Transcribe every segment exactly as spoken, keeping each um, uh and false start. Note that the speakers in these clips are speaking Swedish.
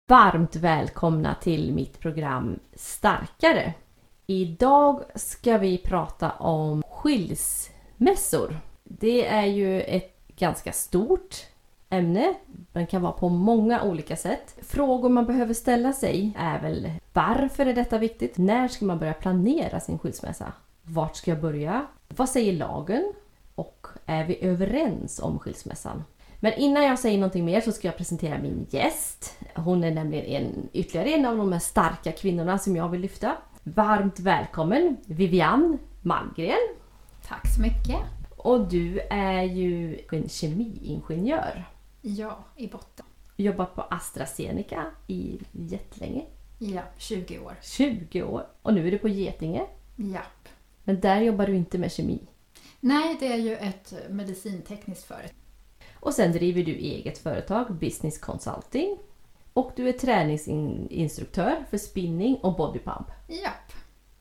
Varmt välkomna till mitt program Starkare. Idag ska vi prata om skilsmässor. Det är ju ett ganska stort ämne. Man kan vara på många olika sätt. Frågor man behöver ställa sig är väl: varför är detta viktigt? När ska man börja planera sin skilsmässa? Vart ska jag börja? Vad säger lagen? Och är vi överens om skilsmässan? Men innan jag säger någonting mer så ska jag presentera min gäst. Hon är nämligen en, ytterligare en av de här starka kvinnorna som jag vill lyfta. Varmt välkommen Vivian Malmgren. Tack så mycket. Och du är ju en kemiingenjör. Ja, i botten. Jobbat på AstraZeneca i jättelänge. Ja, tjugo år. tjugo år. Och nu är du på Getinge. Japp. Men där jobbar du inte med kemi. Nej, det är ju ett medicintekniskt företag. Och sen driver du eget företag, Business Consulting. Och du är träningsinstruktör för spinning och bodypump. Japp.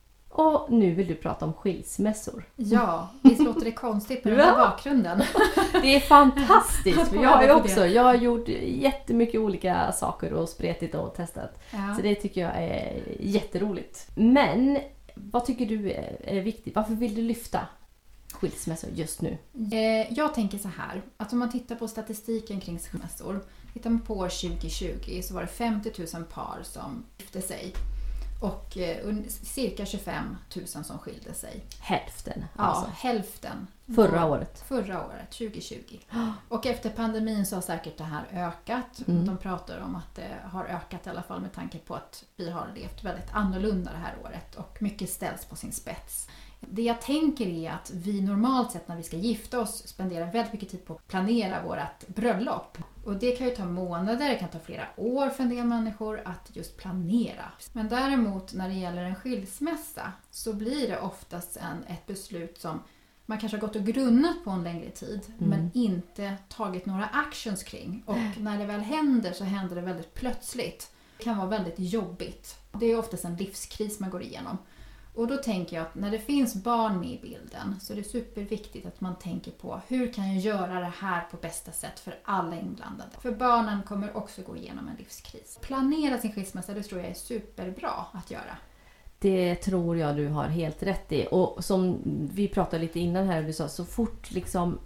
Och nu vill du prata om skilsmässor. Ja, visst låter det konstigt med den här bakgrunden. Det är fantastiskt, för jag har ju också jag har gjort jättemycket olika saker och spretigt och testat. Ja. Så det tycker jag är jätteroligt. Men vad tycker du är viktigt? Varför vill du lyfta skilsmässor just nu? Jag tänker så här, att om man tittar på statistiken kring skilsmässor, tittar man på år tjugo tjugo så var det femtio tusen par som gifte sig och cirka tjugofem tusen som skilde sig. Hälften? Ja, alltså. hälften. Förra året? Förra året, tjugo tjugo. Och efter pandemin så har säkert det här ökat. Mm. De pratar om att det har ökat i alla fall med tanke på att vi har levt väldigt annorlunda det här året och mycket ställs på sin spets. Det jag tänker är att vi normalt sett när vi ska gifta oss spenderar väldigt mycket tid på att planera vårt bröllop. Och det kan ju ta månader, det kan ta flera år för en del människor att just planera. Men däremot när det gäller en skilsmässa så blir det oftast en, ett beslut som man kanske har gått och grunnat på en längre tid mm. men inte tagit några actions kring. Och när det väl händer så händer det väldigt plötsligt. Det kan vara väldigt jobbigt. Det är oftast en livskris man går igenom. Och då tänker jag att när det finns barn med i bilden så är det superviktigt att man tänker på hur kan jag göra det här på bästa sätt för alla inblandade. För barnen kommer också gå igenom en livskris. Planera sin skilsmässa, det tror jag är superbra att göra. Det tror jag du har helt rätt i. Och som vi pratade lite innan här, du sa så fort liksom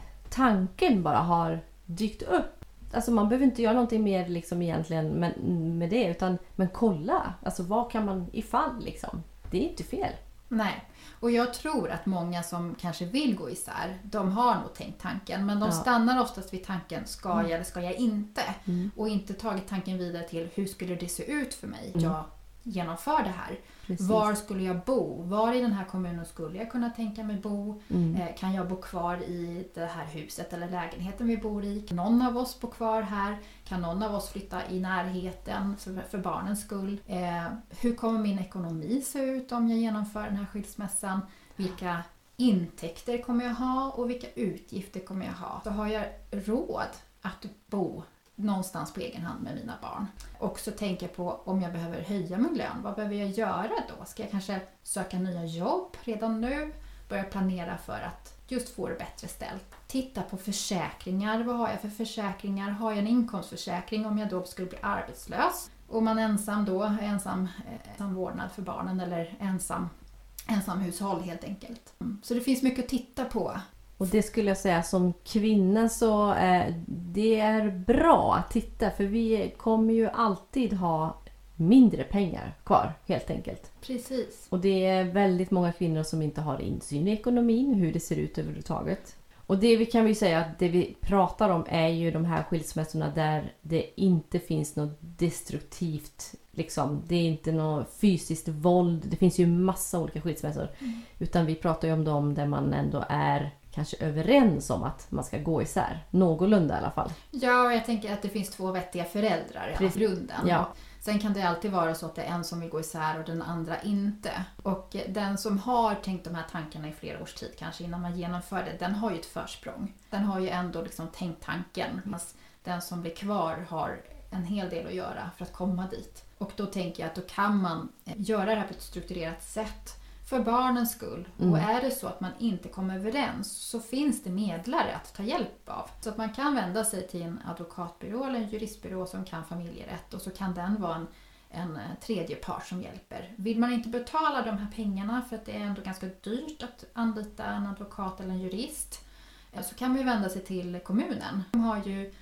tanken bara har dykt upp. Alltså man behöver inte göra någonting mer liksom egentligen med, med det, utan men kolla. Alltså vad kan man ifall liksom. Det är inte fel. Nej, och jag tror att många som kanske vill gå isär, de har nog tänkt tanken. Men de ja. stannar oftast vid tanken, ska jag mm. eller ska jag inte? Mm. Och inte tagit tanken vidare till, hur skulle det se ut för mig? Mm. Jag genomför det här. Precis. Var skulle jag bo? Var i den här kommunen skulle jag kunna tänka mig bo? Mm. Eh, kan jag bo kvar i det här huset eller lägenheten vi bor i? Kan någon av oss bo kvar här? Kan någon av oss flytta i närheten för, för barnens skull? Eh, hur kommer min ekonomi se ut om jag genomför den här skilsmässan? Vilka intäkter kommer jag ha och vilka utgifter kommer jag ha? Så har jag råd att bo någonstans på egen hand med mina barn. Och så tänker jag på om jag behöver höja min lön. Vad behöver jag göra då? Ska jag kanske söka nya jobb redan nu? Börja planera för att just få det bättre ställt. Titta på försäkringar. Vad har jag för försäkringar? Har jag en inkomstförsäkring om jag då skulle bli arbetslös? Och man ensam då, ensam, ensam vårdnad för barnen eller ensam, ensam hushåll helt enkelt. Så det finns mycket att titta på. Och det skulle jag säga som kvinna så eh, det är bra att titta, för vi kommer ju alltid ha mindre pengar kvar helt enkelt. Precis. Och det är väldigt många kvinnor som inte har insyn i ekonomin, hur det ser ut överhuvudtaget. Och det vi kan vi säga att det vi pratar om är ju de här skilsmässorna där det inte finns något destruktivt, liksom. Det är inte något fysiskt våld, det finns ju massa olika skilsmässor. Mm. Utan vi pratar ju om dem där man ändå är kanske överens om att man ska gå isär. Någorlunda i alla fall. Ja, jag tänker att det finns två vettiga föräldrar i grunden. Ja. Sen kan det alltid vara så att det är en som vill gå isär och den andra inte. Och den som har tänkt de här tankarna i flera års tid, kanske innan man genomför det, den har ju ett försprång. Den har ju ändå liksom tänkt tanken. Men den som blir kvar har en hel del att göra för att komma dit. Och då tänker jag att då kan man göra det här på ett strukturerat sätt. för barnens skull. Mm. Och är det så att man inte kommer överens så finns det medlare att ta hjälp av. Så att man kan vända sig till en advokatbyrå eller en juristbyrå som kan familjerätt och så kan den vara en, en tredje part som hjälper. Vill man inte betala de här pengarna för att det är ändå ganska dyrt att anlita en advokat eller en jurist så kan man vända sig till kommunen. De har ju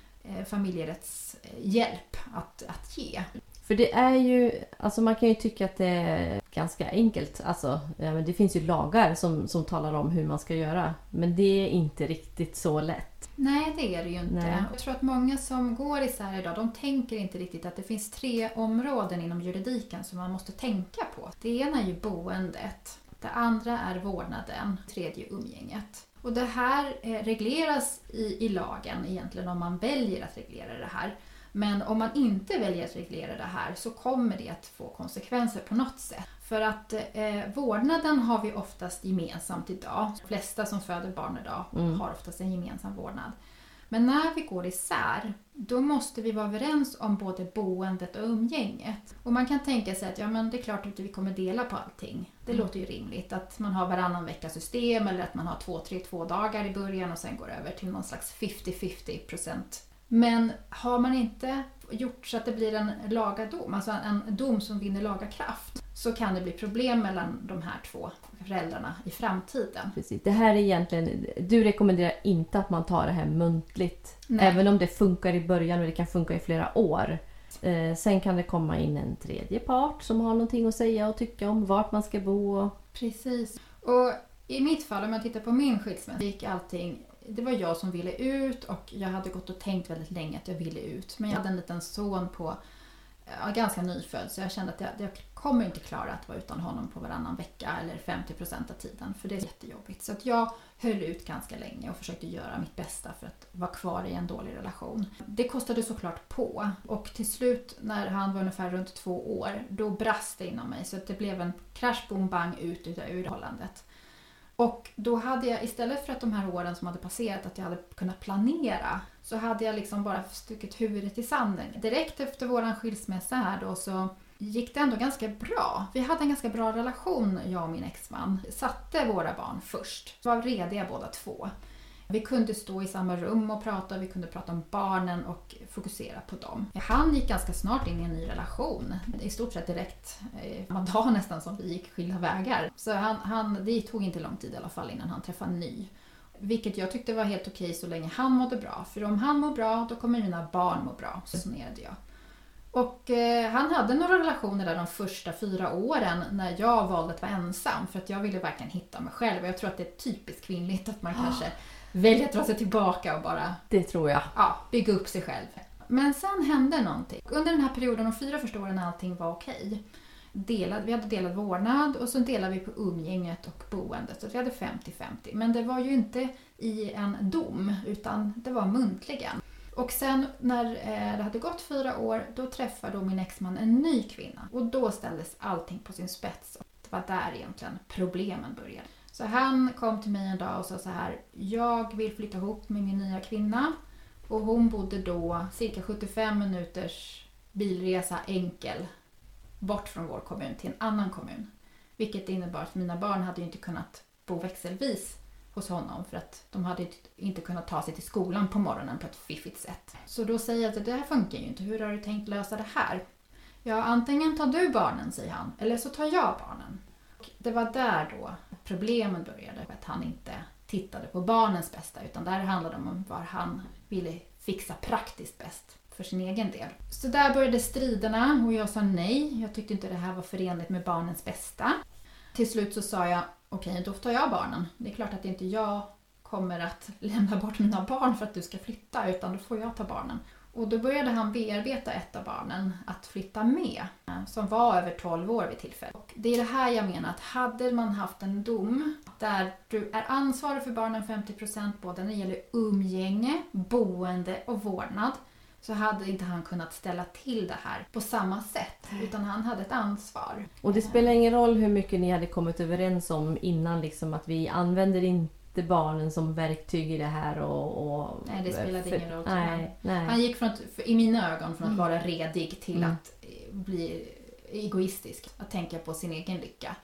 familjerättshjälp att, att ge. För det är ju, alltså man kan ju tycka att det är ganska enkelt. Alltså, ja, men det finns ju lagar som, som talar om hur man ska göra. Men det är inte riktigt så lätt. Nej, det är det ju inte. Nej. Jag tror att många som går isär idag, de tänker inte riktigt att det finns tre områden inom juridiken som man måste tänka på. Det ena är ju boendet. Det andra är vårdnaden. Det tredje umgänget. Och det här regleras i, i lagen egentligen om man väljer att reglera det här. Men om man inte väljer att reglera det här så kommer det att få konsekvenser på något sätt. För att eh, vårdnaden har vi oftast gemensamt idag. De flesta som föder barn idag mm. har oftast en gemensam vårdnad. Men när vi går isär, då måste vi vara överens om både boendet och umgänget. Och man kan tänka sig att ja, men det är klart att vi kommer dela på allting. Det mm. låter ju rimligt att man har varannan vecka system eller att man har två, tre, två dagar i början och sen går över till någon slags femtio femtio procent. Men har man inte gjort så att det blir en laga dom, alltså en dom som vinner laga kraft, så kan det bli problem mellan de här två föräldrarna i framtiden. Precis. Det här är egentligen, du rekommenderar inte att man tar det här muntligt. Nej. Även om det funkar i början och det kan funka i flera år. Eh, sen kan det komma in en tredje part som har någonting att säga och tycka om vart man ska bo. Och... Precis. Och i mitt fall, om jag tittar på min skilsmässa, gick allting... Det var jag som ville ut och jag hade gått och tänkt väldigt länge att jag ville ut. Men jag hade en liten son på, ja, ganska nyfödd, så jag kände att jag, jag kommer inte klara att vara utan honom på varannan vecka eller femtio procent av tiden. För det är jättejobbigt. Så att jag höll ut ganska länge och försökte göra mitt bästa för att vara kvar i en dålig relation. Det kostade såklart på. Och till slut när han var ungefär runt två år, då brast det inom mig. Så att det blev en crash, boom, bang ut ur hållandet. Och då hade jag, istället för att de här åren som hade passerat, att jag hade kunnat planera, så hade jag liksom bara stuckit huvudet i sanden. Direkt efter våran skilsmässa här då så gick det ändå ganska bra. Vi hade en ganska bra relation, jag och min exman. Satte våra barn först. Vi var rediga båda två. Vi kunde stå i samma rum och prata, vi kunde prata om barnen och fokusera på dem. Han gick ganska snart in i en ny relation. I stort sett direkt, en dag nästan som vi gick skilda vägar. Så han, han, det tog inte lång tid i alla fall innan han träffade en ny. Vilket jag tyckte var helt okej så länge han mådde bra. För om han mår bra, då kommer mina barn må bra. Så resonerade jag. Och eh, han hade några relationer där de första fyra åren när jag valde att vara ensam. För att jag ville verkligen hitta mig själv. Och jag tror att det är typiskt kvinnligt att man kanske väljer att dra sig tillbaka och bara det tror jag. Ja, bygga upp sig själv. Men sen hände någonting. Under den här perioden, de fyra första åren, när allting var okej. Delad, vi hade delad vårdnad och så delade vi på umgänget och boendet. Så vi hade femtio femtio. Men det var ju inte i en dom utan det var muntligen. Och sen när det hade gått fyra år, då träffade då min exman en ny kvinna. Och då ställdes allting på sin spets. Det var där egentligen problemen började. Så han kom till mig en dag och sa så här: jag vill flytta ihop med min nya kvinna. Och hon bodde då cirka sjuttiofem minuters bilresa enkel bort från vår kommun till en annan kommun. Vilket innebar att mina barn hade ju inte kunnat bo växelvis hos honom för att de hade inte kunnat ta sig till skolan på morgonen på ett fiffigt sätt. Så då säger jag att det här funkar ju inte. Hur har du tänkt lösa det här? Ja, antingen tar du barnen, säger han, eller så tar jag barnen. Och det var där då problemen började. Att han inte tittade på barnens bästa utan där handlade det om vad han ville fixa praktiskt bäst för sin egen del. Så där började striderna och jag sa nej. Jag tyckte inte det här var förenligt med barnens bästa. Till slut så sa jag, okej, okay, då tar jag barnen. Det är klart att inte jag kommer att lämna bort mina barn för att du ska flytta, utan då får jag ta barnen. Och då började han bearbeta ett av barnen att flytta med, som var över tolv år vid tillfället. Och det är det här jag menar, att hade man haft en dom där du är ansvarig för barnen femtio procent både när det gäller umgänge, boende och vårdnad, så hade inte han kunnat ställa till det här på samma sätt, utan han hade ett ansvar. Och det spelar ingen roll hur mycket ni hade kommit överens om innan, liksom att vi använder inte barnen som verktyg i det här. Och, och nej, det spelade för, ingen roll. Nej, nej. Han gick från att, för, i mina ögon från att vara redig till mm. att bli egoistisk, att tänka på sin egen lycka.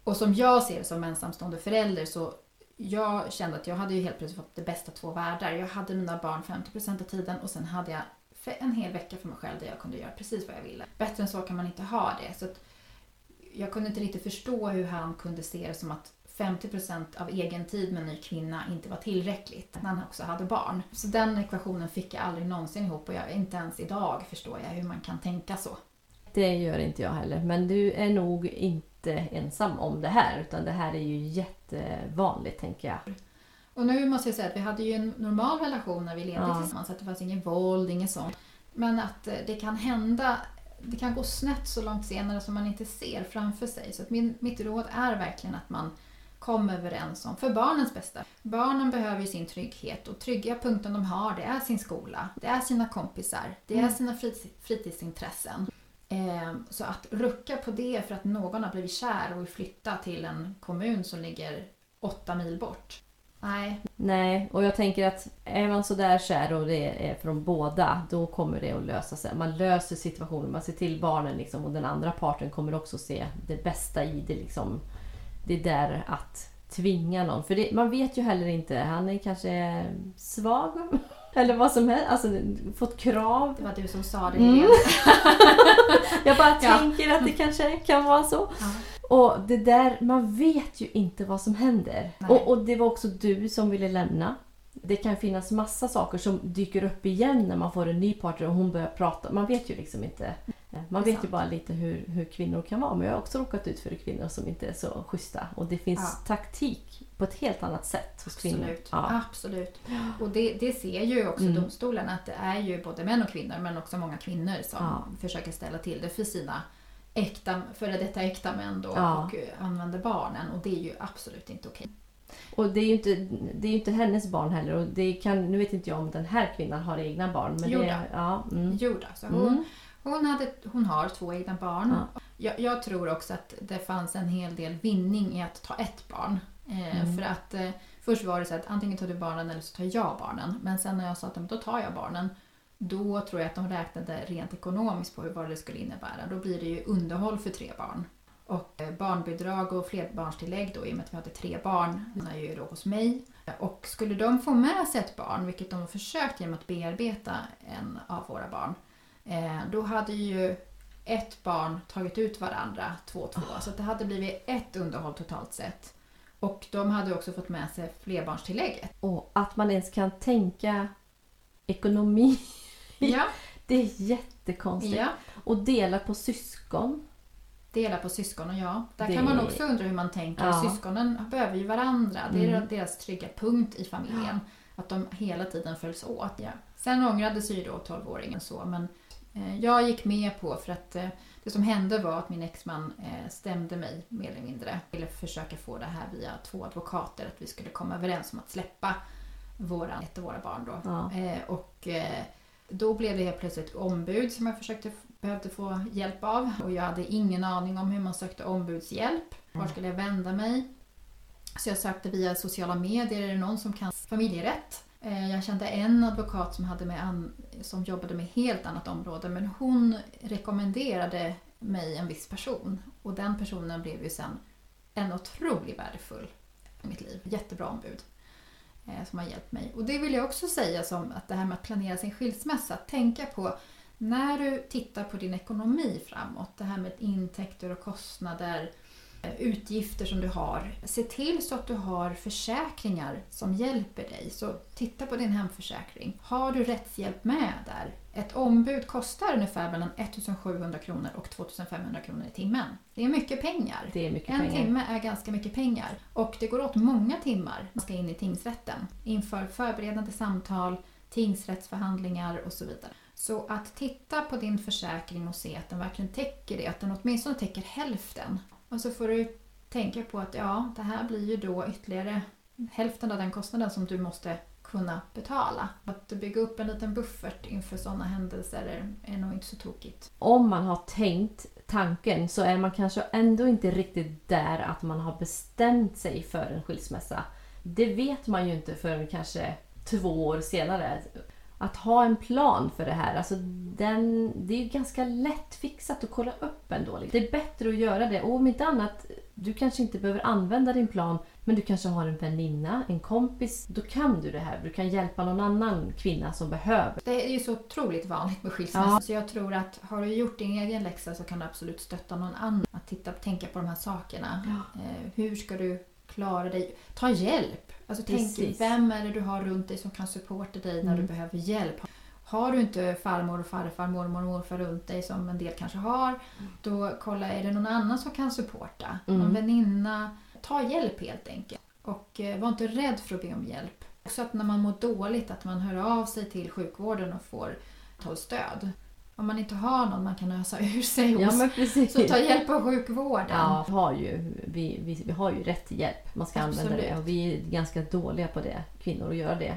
Och som jag ser som ensamstående förälder så jag kände att jag hade ju helt plötsligt fått det bästa två världar. Jag hade mina barn femtio procent av tiden och sen hade jag en hel vecka för mig själv där jag kunde göra precis vad jag ville. Bättre än så kan man inte ha det. Så att jag kunde inte riktigt förstå hur han kunde se det som att femtio procent av egen tid med en ny kvinna inte var tillräckligt när han också hade barn. Så den ekvationen fick jag aldrig någonsin ihop och jag, inte ens idag förstår jag hur man kan tänka så. Det gör inte jag heller, men du är nog inte ensam om det här utan det här är ju jättevanligt tänker jag. Och nu måste jag säga att vi hade ju en normal relation när vi levde ja. tillsammans, så att det fanns ingen våld, inget sånt. Men att det kan hända, det kan gå snett så långt senare som man inte ser framför sig. Så att min, mitt råd är verkligen att man kommer överens om, för barnens bästa. Barnen behöver ju sin trygghet och trygga punkten de har, det är sin skola, det är sina kompisar, det är mm. sina fritidsintressen. Eh, så att rucka på det för att någon har blivit kär och vill flytta till en kommun som ligger åtta mil bort. Nej. Nej, och jag tänker att är man så där kär och det är från båda, då kommer det att lösa sig. Man löser situationen, man ser till barnen liksom, och den andra parten kommer också se det bästa i det liksom. Det är där att tvinga någon. För det, man vet ju heller inte, han är kanske svag eller vad som helst, alltså fått krav. Det var du som sa det. Mm. Jag bara ja. tänker att det kanske kan vara så. Ja. Och det där, man vet ju inte vad som händer. Och, och det var också du som ville lämna. Det kan finnas massa saker som dyker upp igen när man får en ny partner och hon börjar prata. Man vet ju liksom inte. Man vet ju bara lite hur, hur kvinnor kan vara. Men jag har också råkat ut för kvinnor som inte är så schyssta. Och det finns ja. taktik på ett helt annat sätt hos kvinnor. Absolut, ja. absolut. Och det, det ser ju också mm. domstolen att det är ju både män och kvinnor men också många kvinnor som ja. försöker ställa till det för sina äkta, före detta äkta män då ja. och använder barnen. Och det är ju absolut inte okej. Och det är ju inte, det är ju inte hennes barn heller. Och det kan, nu vet inte jag om den här kvinnan har egna barn. Men jo, det, ja, mm. jo då, så hon, mm. hon, hade, hon har två egna barn. Ja. Jag, jag tror också att det fanns en hel del vinning i att ta ett barn. Eh, mm. För att eh, först var det så att antingen tar du barnen eller så tar jag barnen. Men sen när jag sa att då tar jag barnen, då tror jag att de räknade rent ekonomiskt på vad det skulle innebära. Då blir det ju underhåll för tre barn. Och barnbidrag och flerbarnstillägg då, i och med att vi hade tre barn, är ju då hos mig. Och skulle de få med sig ett barn, vilket de har försökt genom att bearbeta en av våra barn, eh, då hade ju ett barn tagit ut varandra, två två. Oh. Så det hade blivit ett underhåll totalt sett. Och de hade också fått med sig flerbarnstillägget. Och att man ens kan tänka ekonomi, ja. det är jättekonstigt. Ja. Och dela på syskon. Dela på syskon och ja. Där det... kan man också undra hur man tänker. Ja. Syskonen behöver ju varandra. Det är mm. deras trygga punkt i familjen. Ja. Att de hela tiden följs åt. Ja. Sen ångrade sig ju då tolvåringen så. Men eh, jag gick med på för att eh, det som hände var att min exman eh, stämde mig mer eller mindre. Jag ville försöka få det här via två advokater. Att vi skulle komma överens om att släppa våra, ett av våra barn då. Ja. Eh, och eh, då blev det helt plötsligt ombud som jag försökte behövde få hjälp av. Och jag hade ingen aning om hur man sökte ombudshjälp. Var skulle jag vända mig? Så jag sökte via sociala medier. Är det någon som kan familjerätt? Jag kände en advokat som, hade med an, som jobbade med helt annat område. Men hon rekommenderade mig en viss person. Och den personen blev ju sen en otroligt värdefull i mitt liv. Jättebra ombud som har hjälpt mig. Och det vill jag också säga som att det här med att planera sin skilsmässa. Tänka på när du tittar på din ekonomi framåt, det här med intäkter och kostnader, utgifter som du har. Se till så att du har försäkringar som hjälper dig. Så titta på din hemförsäkring. Har du rättshjälp med där? Ett ombud kostar ungefär mellan ettusensjuhundra kronor och tvåtusenfemhundra kronor i timmen. Det är mycket pengar. Det är mycket en pengar. timme är ganska mycket pengar. Och det går åt många timmar man ska in i tingsrätten. Inför förberedande samtal, tingsrättsförhandlingar och så vidare. Så att titta på din försäkring och se att den verkligen täcker det. Att den åtminstone täcker hälften. Och så får du tänka på att ja, det här blir ju då ytterligare hälften av den kostnaden som du måste kunna betala. Att bygga upp en liten buffert inför sådana händelser är, är nog inte så tokigt. Om man har tänkt tanken så är man kanske ändå inte riktigt där att man har bestämt sig för en skilsmässa. Det vet man ju inte förrän kanske två år senare. Att ha en plan för det här, alltså den, det är ju ganska lätt fixat att kolla upp ändå. Det är bättre att göra det. Och om inte annat, Du kanske inte behöver använda din plan, men du kanske har en väninna, en kompis. Då kan du det här. Du kan hjälpa någon annan kvinna som behöver. Det är ju så otroligt vanligt med skilsmässa. Ja. Så jag tror att har du gjort din egen läxa så kan du absolut stötta någon annan. Att titta, tänka på de här sakerna. Ja. Eh, hur ska du klara dig? Ta hjälp. Alltså tänk, vem är det du har runt dig som kan supporta dig när mm. du behöver hjälp? Har du inte farmor och farfar, mormor och morfar runt dig som en del kanske har, mm. då kolla, är det någon annan som kan supporta? Mm. Någon väninna? Ta hjälp helt enkelt. Och eh, var inte rädd för att be om hjälp. Så att när man mår dåligt att man hör av sig till sjukvården och får ta stöd. Om man inte har någon man kan ösa ur sig hos, ja, men precis. Så ta hjälp av sjukvården. Ja, vi har ju, vi, vi, vi har ju rätt till hjälp. Man ska Absolut. Använda det och vi är ganska dåliga på det, kvinnor, att göra det.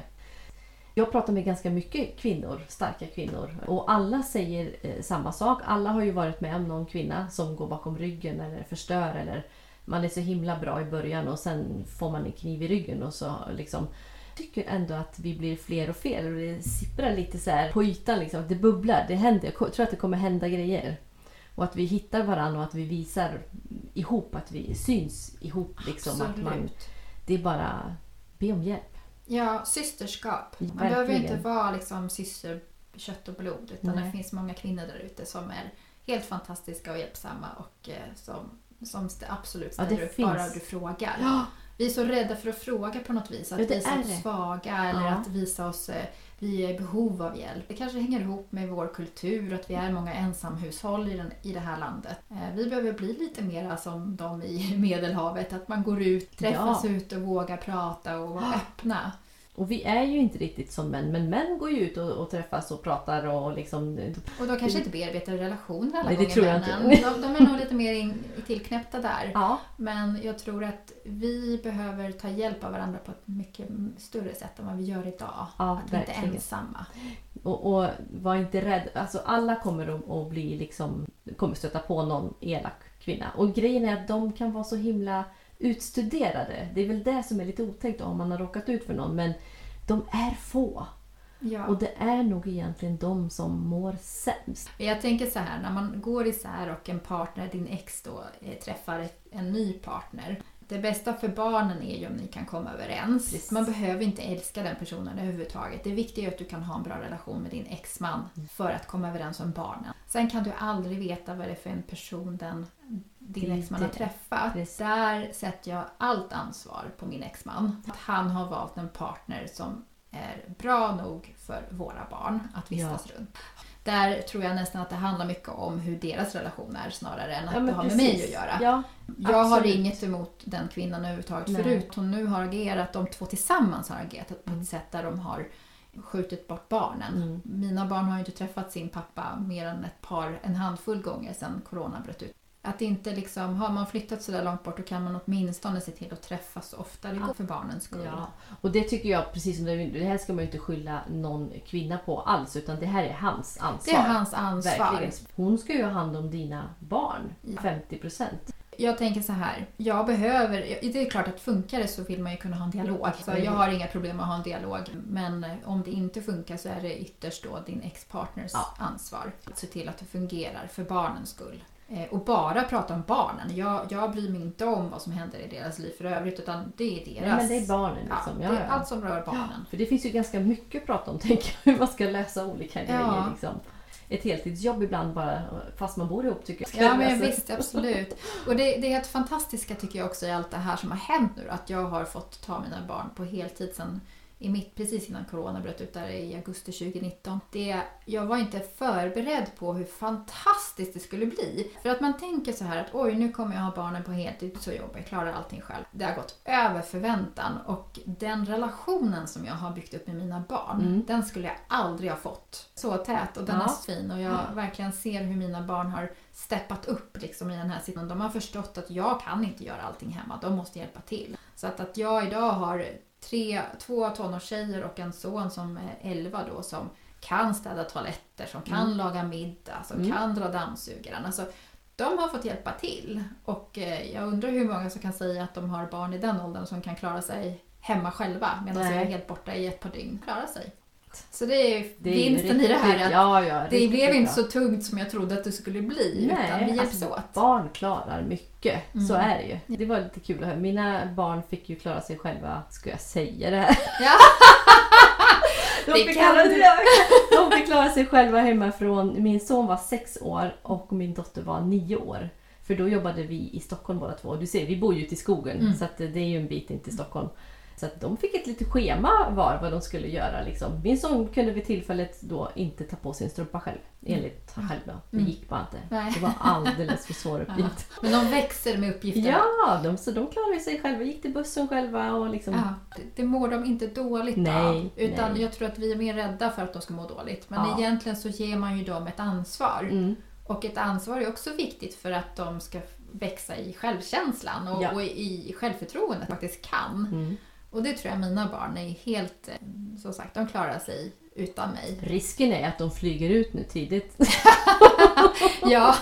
Jag pratar med ganska mycket kvinnor, starka kvinnor. Och alla säger eh, samma sak. Alla har ju varit med om någon kvinna som går bakom ryggen eller förstör. Eller man är så himla bra i början och sen får man en kniv i ryggen. Och så liksom, jag tycker ändå att vi blir fler och fler. Och det sipprar lite så här på ytan. Liksom. Det bubblar, det händer. Jag tror att det kommer hända grejer. Och att vi hittar varandra och att vi visar ihop. Att vi syns ihop. Liksom, att man, det är bara be om hjälp. Ja, systerskap. Man Verkligen. Behöver inte vara liksom syster, kött och blod. Utan Nej. Det finns många kvinnor där ute som är helt fantastiska och hjälpsamma. Och eh, som, som absolut ställer ja, upp finns. Bara du frågar. Ja. Vi är så rädda för att fråga på något vis. Att ja, visa oss svaga eller ja. Att visa oss eh, vi är i behov av hjälp. Det kanske hänger ihop med vår kultur. Att vi är många ensamhushåll i, den, i det här landet. Eh, vi behöver bli lite mer som de i Medelhavet. Att man går ut, träffas ja. Ut och vågar prata och vara öppna. Och vi är ju inte riktigt som män, men män går ju ut och, och träffas och pratar och liksom... Och då kanske inte bearbetar relationer alla Nej, gånger. Det tror jag inte. De, de är nog lite mer in, tillknäppta där. Ja. Men jag tror att vi behöver ta hjälp av varandra på ett mycket större sätt än vad vi gör idag. Ja, att vi inte är ensamma. Och, och var inte rädd. Alltså alla kommer att, att bli liksom... kommer stöta på någon elak kvinna. Och grejen är att de kan vara så himla... utstuderade. Det är väl det som är lite otänkt om man har råkat ut för någon. Men de är få. Ja. Och det är nog egentligen de som mår sämst. Jag tänker så här, när man går isär och en partner, din ex då, träffar en ny partner. Det bästa för barnen är ju om ni kan komma överens. Precis. Man behöver inte älska den personen överhuvudtaget. Det viktiga är att du kan ha en bra relation med din exman för att komma överens om barnen. Sen kan du aldrig veta vad det är för en person den, din det, exman har träffat. Precis. Där sätter jag allt ansvar på min exman. Att han har valt en partner som är bra nog för våra barn att vistas ja. Runt. Där tror jag nästan att det handlar mycket om hur deras relation är snarare än att ja, det har precis. Med mig att göra. Ja, jag har inget emot den kvinnan överhuvudtaget Nej. Förut. Hon nu har agerat, de två tillsammans har agerat på ett sätt där de har skjutit bort barnen. Mm. Mina barn har ju inte träffat sin pappa mer än ett par, en handfull gånger sedan corona bröt ut. Att inte liksom, har man flyttat så där långt bort, då kan man åtminstone se till att träffas så ofta det går för barnens skull. Ja. Och det tycker jag, precis som det, det här ska man ju inte skylla någon kvinna på alls, utan det här är hans ansvar. Det är hans ansvar. Verkligen. Hon ska ju ha hand om dina barn, ja. femtio procent. Jag tänker så här, jag behöver, det är klart att funkar det så vill man ju kunna ha en dialog. Så jag har inga problem med att ha en dialog, men om det inte funkar så är det ytterst då din ex-partners ja. Ansvar. Att se till att det fungerar för barnens skull. Och bara prata om barnen. Jag, jag bryr mig inte om vad som händer i deras liv för övrigt, utan det är deras. Nej, men det är barnen liksom. Ja, det är allt som rör barnen. Ja, för det finns ju ganska mycket att prata om, tänker jag, hur man ska lösa olika ja. Grejer liksom. Ett heltidsjobb ibland bara, fast man bor ihop tycker jag. Ja, men visst, absolut. Och det, det är ett fantastiska tycker jag också i allt det här som har hänt nu. Att jag har fått ta mina barn på heltid sedan i mitt, precis innan corona bröt ut där i augusti tjugonitton. Det, jag var inte förberedd på hur fantastiskt det skulle bli. För att man tänker så här att oj, nu kommer jag ha barnen på heltid, så jobbar jag, klarar allting själv. Det har gått över förväntan, och den relationen som jag har byggt upp med mina barn, mm. den skulle jag aldrig ha fått. Så tät, och den ja. Är så fin, och jag ja. Verkligen ser hur mina barn har steppat upp liksom i den här situationen. De har förstått att jag kan inte göra allting hemma, de måste hjälpa till. Så att, att jag idag har Tre, två tonårstjejer och en son som är elva då, som kan städa toaletter, som kan mm. laga middag, som mm. kan dra dammsugaren. Alltså, de har fått hjälpa till. Och eh, jag undrar hur många som kan säga att de har barn i den åldern som kan klara sig hemma själva medan jag är helt borta i ett par dygn. Klara sig. Exakt. Så det är ju det är vinsten i det här. Att ja, ja, det blev inte så tungt som jag trodde att det skulle bli. Nej, utan vi hjälps alltså, åt. Barn klarar mycket. Mm. Så är det ju. Det var lite kul att höra. Mina barn fick ju klara sig själva. Ska jag säga det här? Ja. De Det fick, kan klara, du. de fick klara sig själva hemifrån. Min son var sex år och min dotter var nio år. För då jobbade vi i Stockholm båda två. Du ser, vi bor ju ute i skogen. Mm. Så att det är ju en bit in till Stockholm. Så att de fick ett litet schema var vad de skulle göra. Liksom. Min son kunde vid tillfället då inte ta på sin strumpa själv. Enligt mm. själv då. Det Mm. gick bara inte. Nej. Det var alldeles för svår uppgift. Ja. Men de växer med uppgifterna. Ja, de, så de klarade sig själva. Gick till bussen själva och liksom... Ja, det, det mår de inte dåligt nej, av. Utan nej. jag tror att vi är mer rädda för att de ska må dåligt. Men ja. egentligen så ger man ju dem ett ansvar. Mm. Och ett ansvar är också viktigt för att de ska växa i självkänslan och, ja. och i självförtroendet faktiskt kan. Mm. Och det tror jag mina barn är helt, som sagt, de klarar sig utan mig. Risken är att de flyger ut nu tidigt. Ja.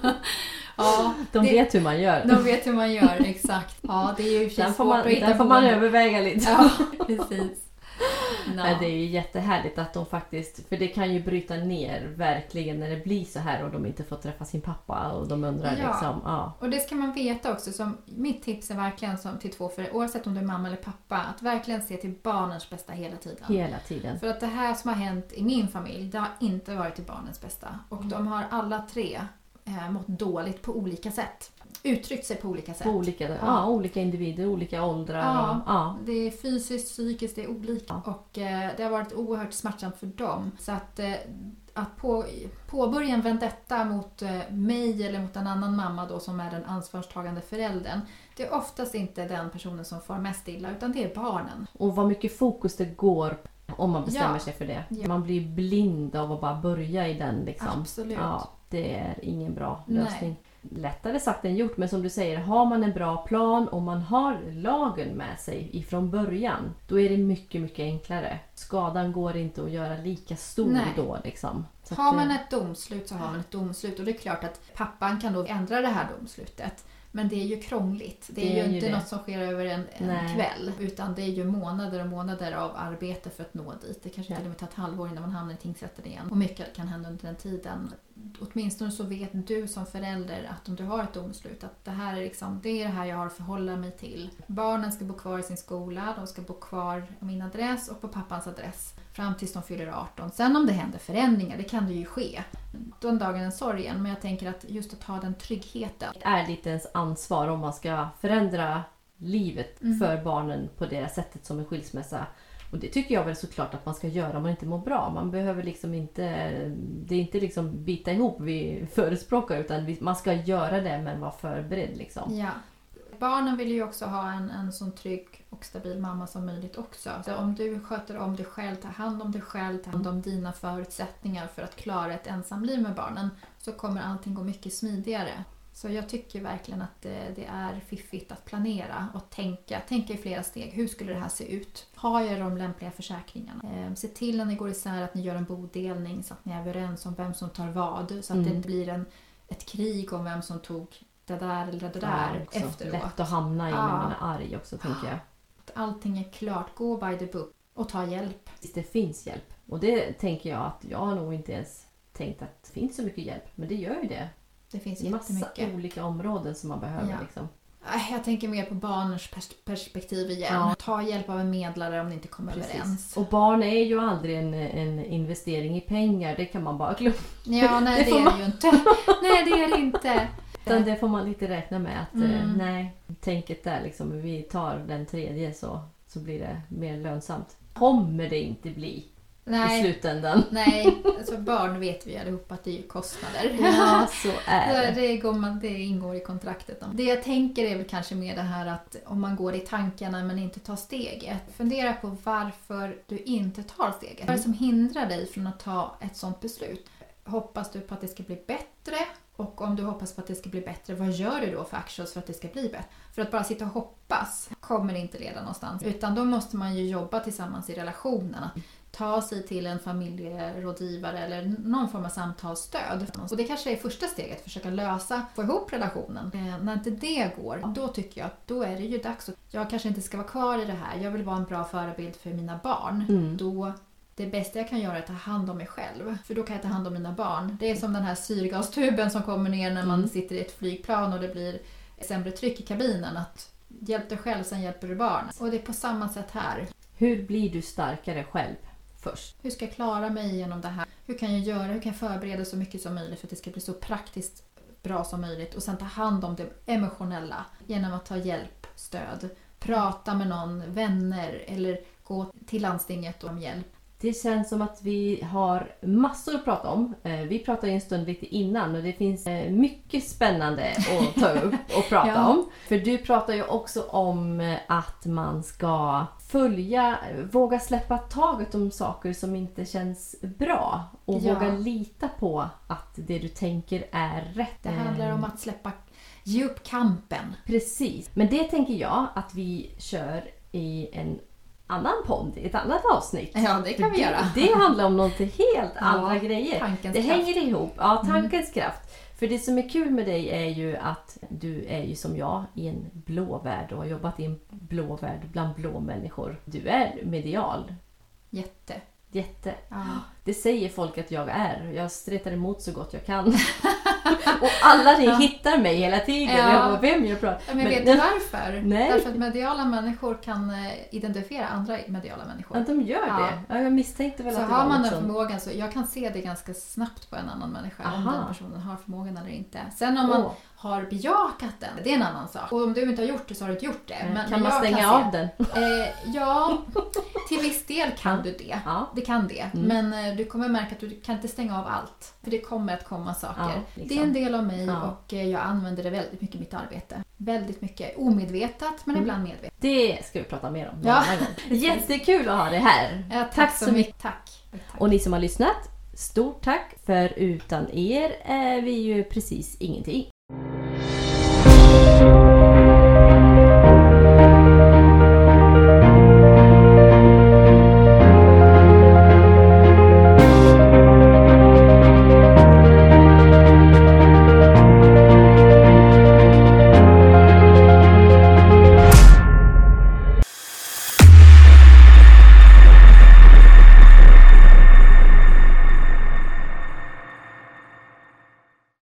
Ja, de det, vet hur man gör. De vet hur man gör, exakt. Ja, det är ju där svårt får man, att hitta. där får man överväga lite. Ja, precis. No. Ja, det är ju jättehärligt att de faktiskt, för det kan ju bryta ner verkligen när det blir så här och de inte får träffa sin pappa och de undrar ja. liksom. Ja. Och det ska man veta också, som mitt tips är verkligen som till två föräldrar, oavsett om du är mamma eller pappa, att verkligen se till barnens bästa hela tiden. Hela tiden. För att det här som har hänt i min familj, det har inte varit till barnens bästa. Och mm. de har alla tre eh, mått dåligt på olika sätt. Uttryckt sig på olika sätt. På olika, ja. Ja, olika individer, olika åldrar. Ja, och, ja. Det är fysiskt, psykiskt, det är olika. Ja. Och eh, det har varit oerhört smärtsamt för dem. Så att, eh, att på, påbörja en vendetta mot eh, mig eller mot en annan mamma då, som är den ansvarstagande föräldern. Det är oftast inte den personen som får mest illa, utan det är barnen. Och vad mycket fokus det går om man bestämmer ja. sig för det. Ja. Man blir blind av att bara börja i den. Liksom. Absolut. Ja, det är ingen bra lösning. Nej. Lättare sagt än gjort, men som du säger, har man en bra plan och man har lagen med sig ifrån början, då är det mycket, mycket enklare. Skadan går inte att göra lika stor Nej. då. Liksom. Så har att, man ett domslut så har man ett domslut, och det är klart att pappan kan då ändra det här domslutet. Men det är ju krångligt. Det är, det är ju inte ju något som sker över en, en kväll. Utan det är ju månader och månader av arbete för att nå dit. Det kanske ja. till och med tar ett halvår innan man hamnar i tingsrätten igen. Och mycket kan hända under den tiden. Åtminstone så vet du som förälder att om du har ett domslut, att det här är liksom, det är det här jag har att förhålla mig till. Barnen ska bo kvar i sin skola, de ska bo kvar på min adress och på pappans adress fram tills de fyller arton. Sen om det händer förändringar, det kan det ju ske. Den dagen är sorgen, men jag tänker att just att ha den tryggheten. Det är lite ens ansvar om man ska förändra livet mm. för barnen på det sättet som en skilsmässa. Och det tycker jag väl såklart att man ska göra om man inte mår bra. Man behöver liksom inte, det är inte liksom bita ihop vi förespråkar, utan man ska göra det men vara förberedd liksom. Ja. Barnen vill ju också ha en, en sån trygg och stabil mamma som möjligt också. Så om du sköter om dig själv, tar hand om dig själv, tar hand om dina förutsättningar för att klara ett ensamliv med barnen, så kommer allting gå mycket smidigare. Så jag tycker verkligen att det, det är fiffigt att planera och tänka. Tänka i flera steg. Hur skulle det här se ut? Har jag de lämpliga försäkringarna? Eh, se till när ni går isär att ni gör en bodelning så att ni är överens om vem som tar vad. Så att mm. det inte blir en, ett krig om vem som tog det där eller det där ja, efteråt. Lätt att hamna i när ja. man är arg också, tänker jag. Att allting är klart. Gå by the book och ta hjälp. Det finns hjälp. Och det tänker jag att jag har nog inte ens tänkt att det finns så mycket hjälp. Men det gör ju det. Det finns det är massa jättemycket. olika områden som man behöver. Ja. Liksom. Jag tänker mer på barnens pers- perspektiv igen. Ja. Ta hjälp av en medlare om ni inte kommer Precis. överens. Och barn är ju aldrig en, en investering i pengar. Det kan man bara glömma. Ja, nej det, det är man... det ju inte. Nej, det är det inte. Utan det får man lite räkna med att mm. nej, tänket där liksom, vi tar den tredje så, så blir det mer lönsamt. Kommer det inte bli nej. i slutändan? Nej, alltså barn vet vi allihopa att det är kostnader. Ja, så är det. Det, går man, det ingår i kontraktet. Det jag tänker är väl kanske mer det här att om man går i tankarna men inte tar steget. Fundera på varför du inte tar steget. Vad är det som hindrar dig från att ta ett sånt beslut? Hoppas du på att det ska bli bättre? Och om du hoppas på att det ska bli bättre, vad gör du då för actions för att det ska bli bättre? För att bara sitta och hoppas kommer inte leda någonstans. Utan då måste man ju jobba tillsammans i relationen. Att ta sig till en familjerådgivare eller någon form av samtalsstöd. Och det kanske är första steget, försöka lösa, få ihop relationen. Eh, när inte det går, då tycker jag att då är det ju dags. Jag kanske inte ska vara kvar i det här. Jag vill vara en bra förebild för mina barn. Mm. Då det bästa jag kan göra är att ta hand om mig själv. För då kan jag ta hand om mina barn. Det är som den här syrgastuben som kommer ner när man mm. sitter i ett flygplan och det blir sämre tryck i kabinen. Att hjälp dig själv, sen hjälper du barn. Och det är på samma sätt här. Hur blir du starkare själv först? Hur ska jag klara mig genom det här? Hur kan jag göra? Hur kan jag förbereda så mycket som möjligt för att det ska bli så praktiskt bra som möjligt? Och sen ta hand om det emotionella genom att ta hjälp, stöd. Prata med någon, vänner eller gå till landstinget om hjälp. Det känns som att vi har massor att prata om. Vi pratade en stund lite innan och det finns mycket spännande att ta upp och prata ja. om. För du pratar ju också om att man ska följa, våga släppa taget om saker som inte känns bra. Och ja. våga lita på att det du tänker är rätt. Det handlar om att släppa, ge upp kampen. Precis. Men det tänker jag att vi kör i en annan podd, ett annat avsnitt. Ja, det kan vi det, göra. Det handlar om något helt ja, andra grejer. Tankens det kraft. hänger ihop. Ja, tankens mm. kraft. För det som är kul med dig är ju att du är ju som jag i en blå värld och har jobbat i en blå värld bland blå människor. Du är medial. Jätte. Jätte. Ja. Det säger folk att jag är. Jag stretar emot så gott jag kan. Och alla ni ja. hittar mig hela tiden. Ja. Jag bara, vem jag pratar. Men vet du varför? Nej. Därför att mediala människor kan identifiera andra mediala människor. Ja, de gör ja. det. Ja, jag misstänkte väl så att det har var man den sånt. förmågan så jag kan se det ganska snabbt på en annan människa. Aha. Om den personen har förmågan eller inte. Sen om man oh. har bejakat den, det är en annan sak. Och om du inte har gjort det så har du inte gjort det. Men kan man stänga kan av se, den? Eh, ja, till viss del kan du det. Ja. Det kan det. Mm. Men eh, du kommer märka att du kan inte stänga av allt. För det kommer att komma saker. Ja, liksom. Det är en del av mig ja. och eh, jag använder det väldigt mycket i mitt arbete. Väldigt mycket omedvetet men mm. ibland medvetet. Det ska vi prata mer om. Ja. Jättekul att ha det här. Ja, tack, tack så mycket. Tack. tack. Och ni som har lyssnat, stort tack. För utan er är vi ju precis ingenting.